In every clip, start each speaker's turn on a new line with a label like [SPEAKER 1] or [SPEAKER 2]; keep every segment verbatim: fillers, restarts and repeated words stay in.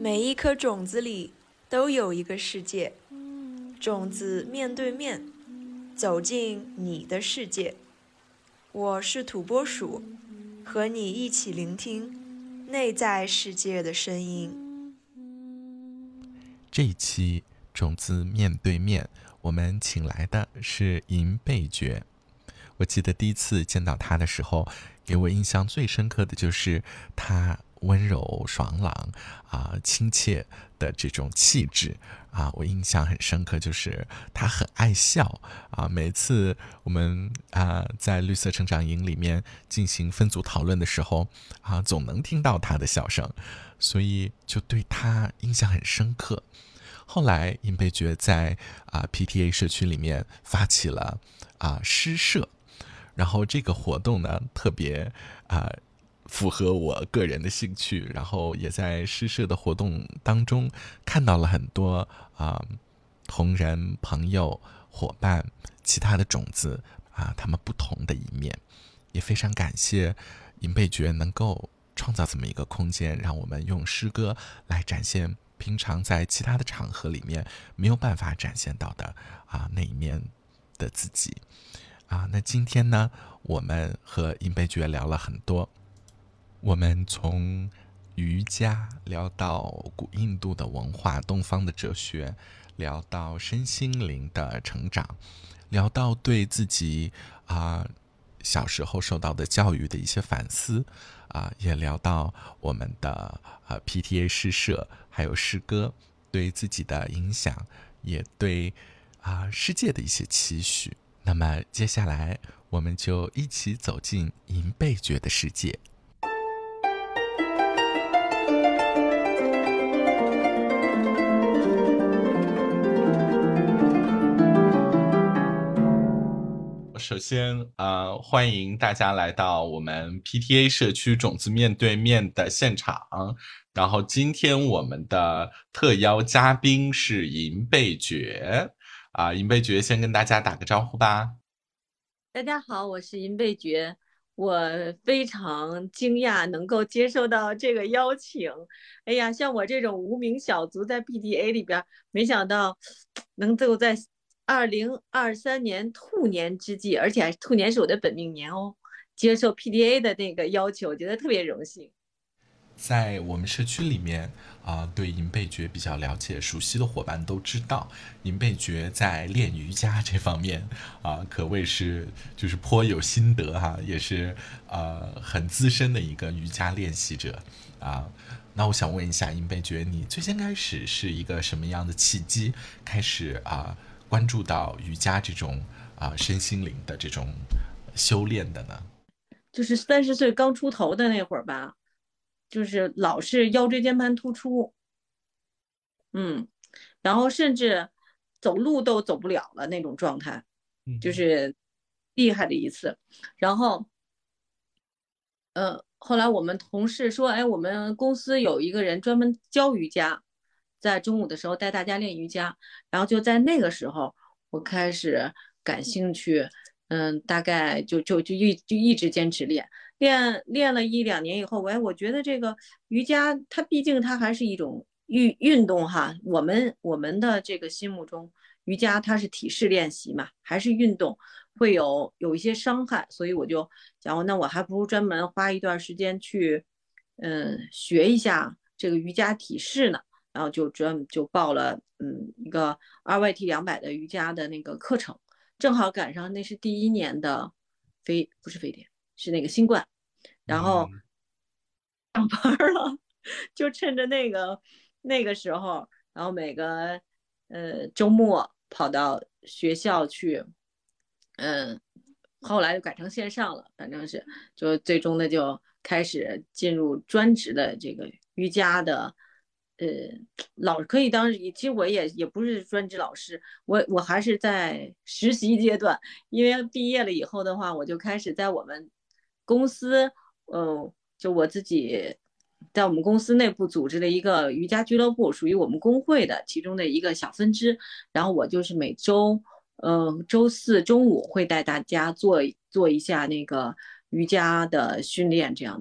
[SPEAKER 1] 每一颗种子里都有一个世界，种子面对面，走进你的世界。我是土拨鼠，和你一起聆听内在世界的声音。
[SPEAKER 2] 这一期种子面对面，我们请来的是银贝蕨。我记得第一次见到他的时候，给我印象最深刻的就是他温柔爽朗啊、亲切的这种气质啊，我印象很深刻，就是他很爱笑啊。每次我们啊在绿色成长营里面进行分组讨论的时候啊，总能听到他的笑声，所以就对他印象很深刻。后来银贝蕨在啊 P T A 社区里面发起了啊诗社，然后这个活动呢特别啊、呃、符合我个人的兴趣，然后也在诗社的活动当中看到了很多啊、呃、同仁、朋友、伙伴、其他的种子啊、呃、他们不同的一面，也非常感谢银贝蕨能够创造这么一个空间，让我们用诗歌来展现平常在其他的场合里面没有办法展现到的啊那一面的自己啊。那今天呢，我们和银贝蕨聊了很多，我们从瑜伽聊到古印度的文化、东方的哲学，聊到身心灵的成长，聊到对自己啊、小时候受到的教育的一些反思啊、也聊到我们的呃 P T A 诗社还有诗歌对自己的影响，也对啊、世界的一些期许。那么接下来我们就一起走进银贝蕨的世界。首先，呃，欢迎大家来到我们 P T A 社区种子面对面的现场。然后今天我们的特邀嘉宾是银贝蕨，啊、银贝蕨先跟大家打个招呼吧。
[SPEAKER 3] 大家好，我是银贝蕨，我非常惊讶能够接受到这个邀请。哎呀，像我这种无名小卒在 P T A 里边，没想到能够在二零二三年兔年之际，而且兔年是我的本命年哦，接受 P T A 的那个要求，我觉得特别荣幸。
[SPEAKER 2] 在我们社区里面啊、呃对银贝蕨比较了解、熟悉的伙伴都知道，银贝蕨在练瑜伽这方面啊、可谓是就是颇有心得哈、也是呃很资深的一个瑜伽练习者啊。那我想问一下银贝蕨，你最先开始是一个什么样的契机，开始啊、关注到瑜伽这种啊、身心灵的这种修炼的呢？
[SPEAKER 3] 就是三十岁刚出头的那会儿吧，就是老是腰椎间盘突出，嗯，然后甚至走路都走不了了那种状态，就
[SPEAKER 2] 嗯
[SPEAKER 3] 是厉害的一次。然后，呃，后来我们同事说，哎，我们公司有一个人专门教瑜伽，在中午的时候带大家练瑜伽。然后就在那个时候，我开始感兴趣，嗯，大概就就就一就一直坚持练，练练了一两年以后，哎，我觉得这个瑜伽它毕竟它还是一种运运动哈，我们我们的这个心目中，瑜伽它是体式练习嘛，还是运动，会有有一些伤害，所以我就讲，那我还不如专门花一段时间去，嗯，学一下这个瑜伽体式呢。然后就专就报了嗯一个 R Y T 两百的瑜伽的那个课程，正好赶上那是第一年的非不是非典，是那个新冠，然后
[SPEAKER 2] 嗯。
[SPEAKER 3] 上班了，就趁着那个那个时候，然后每个呃周末跑到学校去，嗯，后来就改成线上了，反正是就最终的就开始进入专职的这个瑜伽的。呃，老可以当，其实我也也不是专职老师，我我还是在实习阶段，因为毕业了以后的话，我就开始在我们公司，嗯，就我自己在我们公司内部组织了一个瑜伽俱乐部，属于我们工会的其中的一个小分支。然后我就是每周，嗯，周四中午会带大家做做一下那个瑜伽的训练，这样子。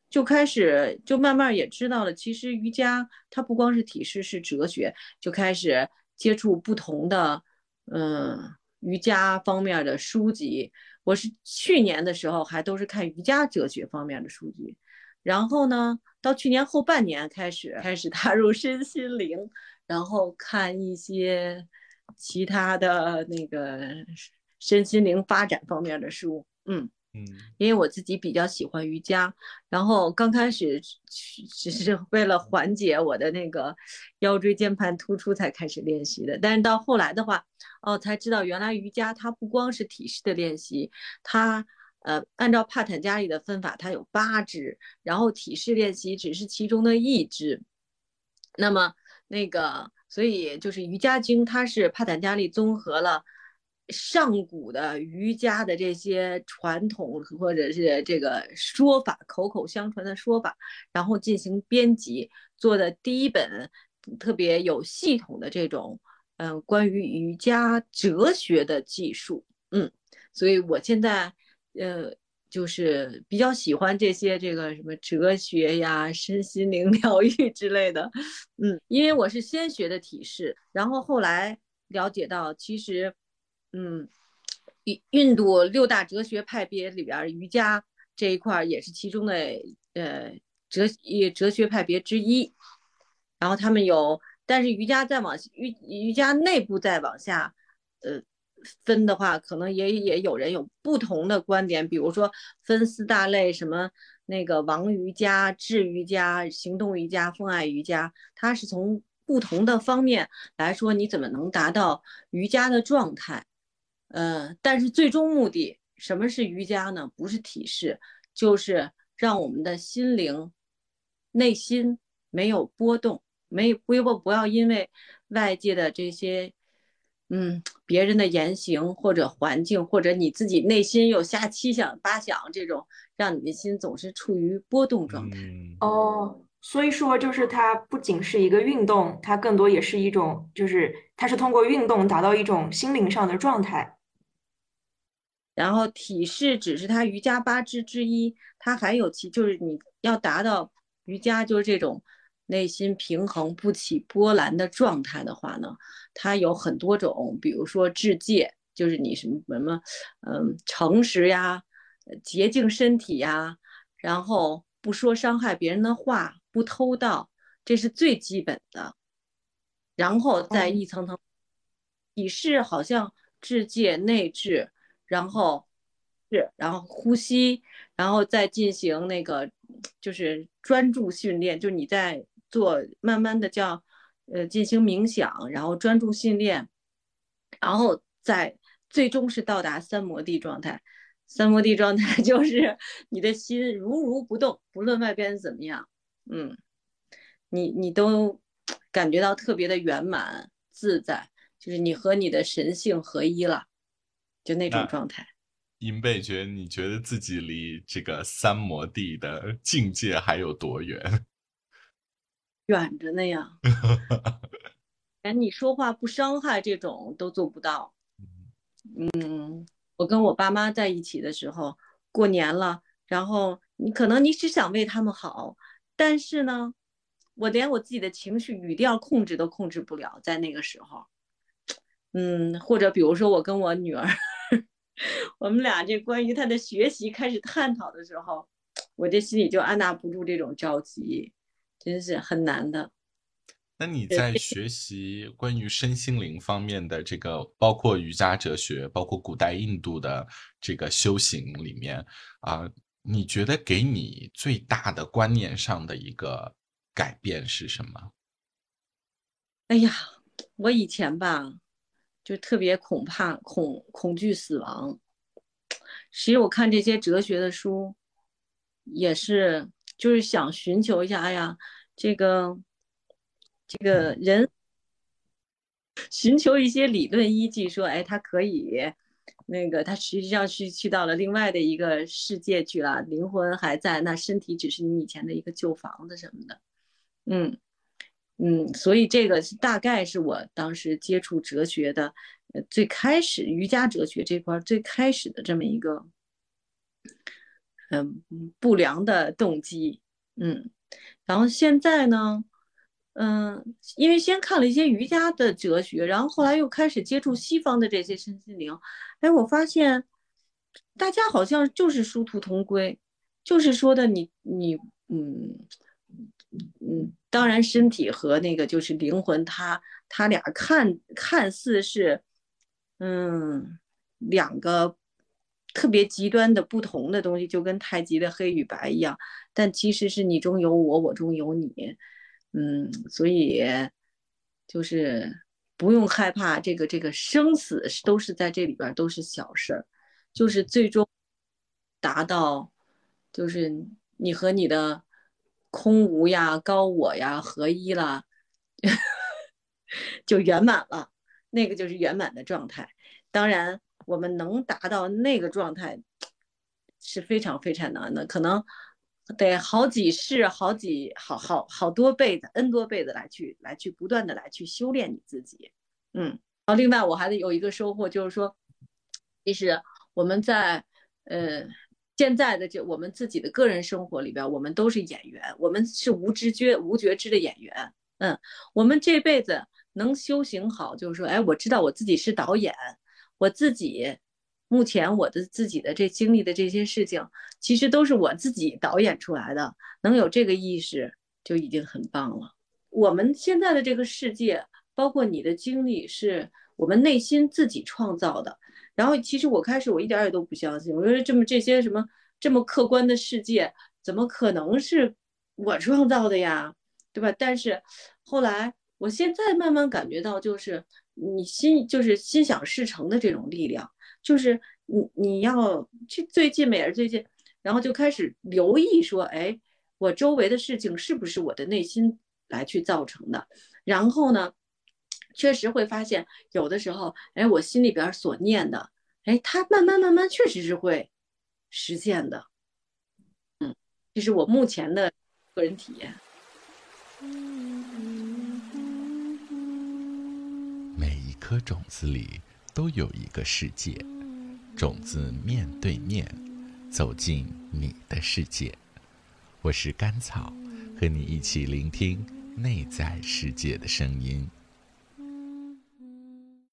[SPEAKER 3] 就开始就慢慢也知道了，其实瑜伽它不光是体式，是哲学，就开始接触不同的嗯瑜伽方面的书籍。我是去年的时候还都是看瑜伽哲学方面的书籍，然后呢，到去年后半年开始开始踏入身心灵，然后看一些其他的那个身心灵发展方面的书，嗯。
[SPEAKER 2] 嗯
[SPEAKER 3] 因为我自己比较喜欢瑜伽，然后刚开始只是为了缓解我的那个腰椎间盘突出才开始练习的，但是到后来的话，哦，才知道原来瑜伽它不光是体式的练习，它呃按照帕坦加里的分法，它有八支，然后体式练习只是其中的一支。那么那个，所以就是瑜伽经，它是帕坦加利综合了上古的瑜伽的这些传统或者是这个说法，口口相传的说法，然后进行编辑，做的第一本特别有系统的这种嗯、呃、关于瑜伽哲学的技术，嗯，所以我现在呃。就是比较喜欢这些这个什么哲学呀、身心灵疗愈之类的，嗯，因为我是先学的体式，然后后来了解到，其实，嗯，印度六大哲学派别里边，瑜伽这一块也是其中的呃哲哲学派别之一。然后他们有，但是瑜伽再往瑜瑜伽内部再往下，呃。分的话，可能也也有人有不同的观点，比如说分四大类，什么那个王瑜伽、智瑜伽、行动瑜伽、风爱瑜伽，它是从不同的方面来说，你怎么能达到瑜伽的状态？呃，但是最终目的，什么是瑜伽呢？不是体式，就是让我们的心灵、内心没有波动，没不不不要因为外界的这些。嗯，别人的言行或者环境，或者你自己内心有瞎七想八想，这种让你的心总是处于波动状态。
[SPEAKER 2] 嗯。
[SPEAKER 1] 哦，所以说就是它不仅是一个运动，它更多也是一种，就是它是通过运动达到一种心灵上的状态。
[SPEAKER 3] 然后体式只是它瑜伽八支之一，它还有其就是你要达到瑜伽就是这种内心平衡不起波澜的状态的话呢，它有很多种，比如说智戒，就是你什么什么，嗯，诚实呀，洁净身体呀，然后不说伤害别人的话，不偷盗，这是最基本的。然后再
[SPEAKER 1] 哦，
[SPEAKER 3] 一层层体式，好像智戒、内治，然后是，然后呼吸，然后再进行那个就是专注训练，就你在做慢慢的叫呃进行冥想，然后专注训练，然后再最终是到达三摩地状态。三摩地状态就是你的心如如不动，不论外边怎么样，嗯，你你都感觉到特别的圆满自在，就是你和你的神性合一了，就那种
[SPEAKER 2] 那
[SPEAKER 3] 状态。
[SPEAKER 2] 银贝觉，你觉得自己离这个三摩地的境界还有多远？
[SPEAKER 3] 远着呢呀，连你说话不伤害这种都做不到。嗯，我跟我爸妈在一起的时候，过年了，然后你可能你只想为他们好，但是呢，我连我自己的情绪语调控制都控制不了，在那个时候。嗯，或者比如说我跟我女儿，我们俩这关于她的学习开始探讨的时候，我这心里就按捺不住这种着急，真是很难的。
[SPEAKER 2] 那你在学习关于身心灵方面的这个，包括瑜伽哲学，包括古代印度的这个修行里面啊，你觉得给你最大的观念上的一个改变是什么？
[SPEAKER 3] 哎呀，我以前吧，就特别恐怕恐恐惧死亡。其实我看这些哲学的书，也是就是想寻求一下，哎呀，这个这个人寻求一些理论依据，说，哎，他可以，那个他实际上是去到了另外的一个世界去了，灵魂还在，那身体只是你以前的一个旧房子什么的，嗯。嗯，所以这个是大概是我当时接触哲学的，呃，最开始瑜伽哲学这块最开始的这么一个嗯不良的动机，嗯，然后现在呢，嗯，因为先看了一些瑜伽的哲学，然后后来又开始接触西方的这些身心灵，哎，我发现大家好像就是殊途同归，就是说的你你嗯嗯，当然身体和那个就是灵魂它，它俩看看似是嗯两个特别极端的不同的东西，就跟太极的黑与白一样，但其实是你中有我，我中有你。嗯，所以就是不用害怕这个这个生死都是在这里边都是小事儿，就是最终达到就是你和你的空无呀、高我呀合一了，就圆满了，那个就是圆满的状态。当然，我们能达到那个状态是非常非常难的，可能得好几世、好几好好好多辈子、n 多辈子来去来去不断的来去修炼你自己。嗯，然后另外我还得有一个收获，就是说，其实我们在呃现在的这我们自己的个人生活里边，我们都是演员，我们是无知觉无觉知的演员。嗯，我们这辈子能修行好，就是说，哎，我知道我自己是导演，我自己目前我的自己的这经历的这些事情，其实都是我自己导演出来的，能有这个意识就已经很棒了。我们现在的这个世界，包括你的经历，是我们内心自己创造的。然后，其实我开始我一点也都不相信，我说这么这些什么这么客观的世界，怎么可能是我创造的呀？对吧？但是后来，我现在慢慢感觉到，就是你心就是心想事成的这种力量，就是你你要去最近也是最近，然后就开始留意说，哎，我周围的事情是不是我的内心来去造成的？然后呢，确实会发现有的时候，哎，我心里边所念的，哎，它慢慢慢慢确实是会实现的。嗯，这是我目前的个人体验。
[SPEAKER 2] 每一颗种子里都有一个世界，种子面对面走进你的世界。我是甘草，和你一起聆听内在世界的声音。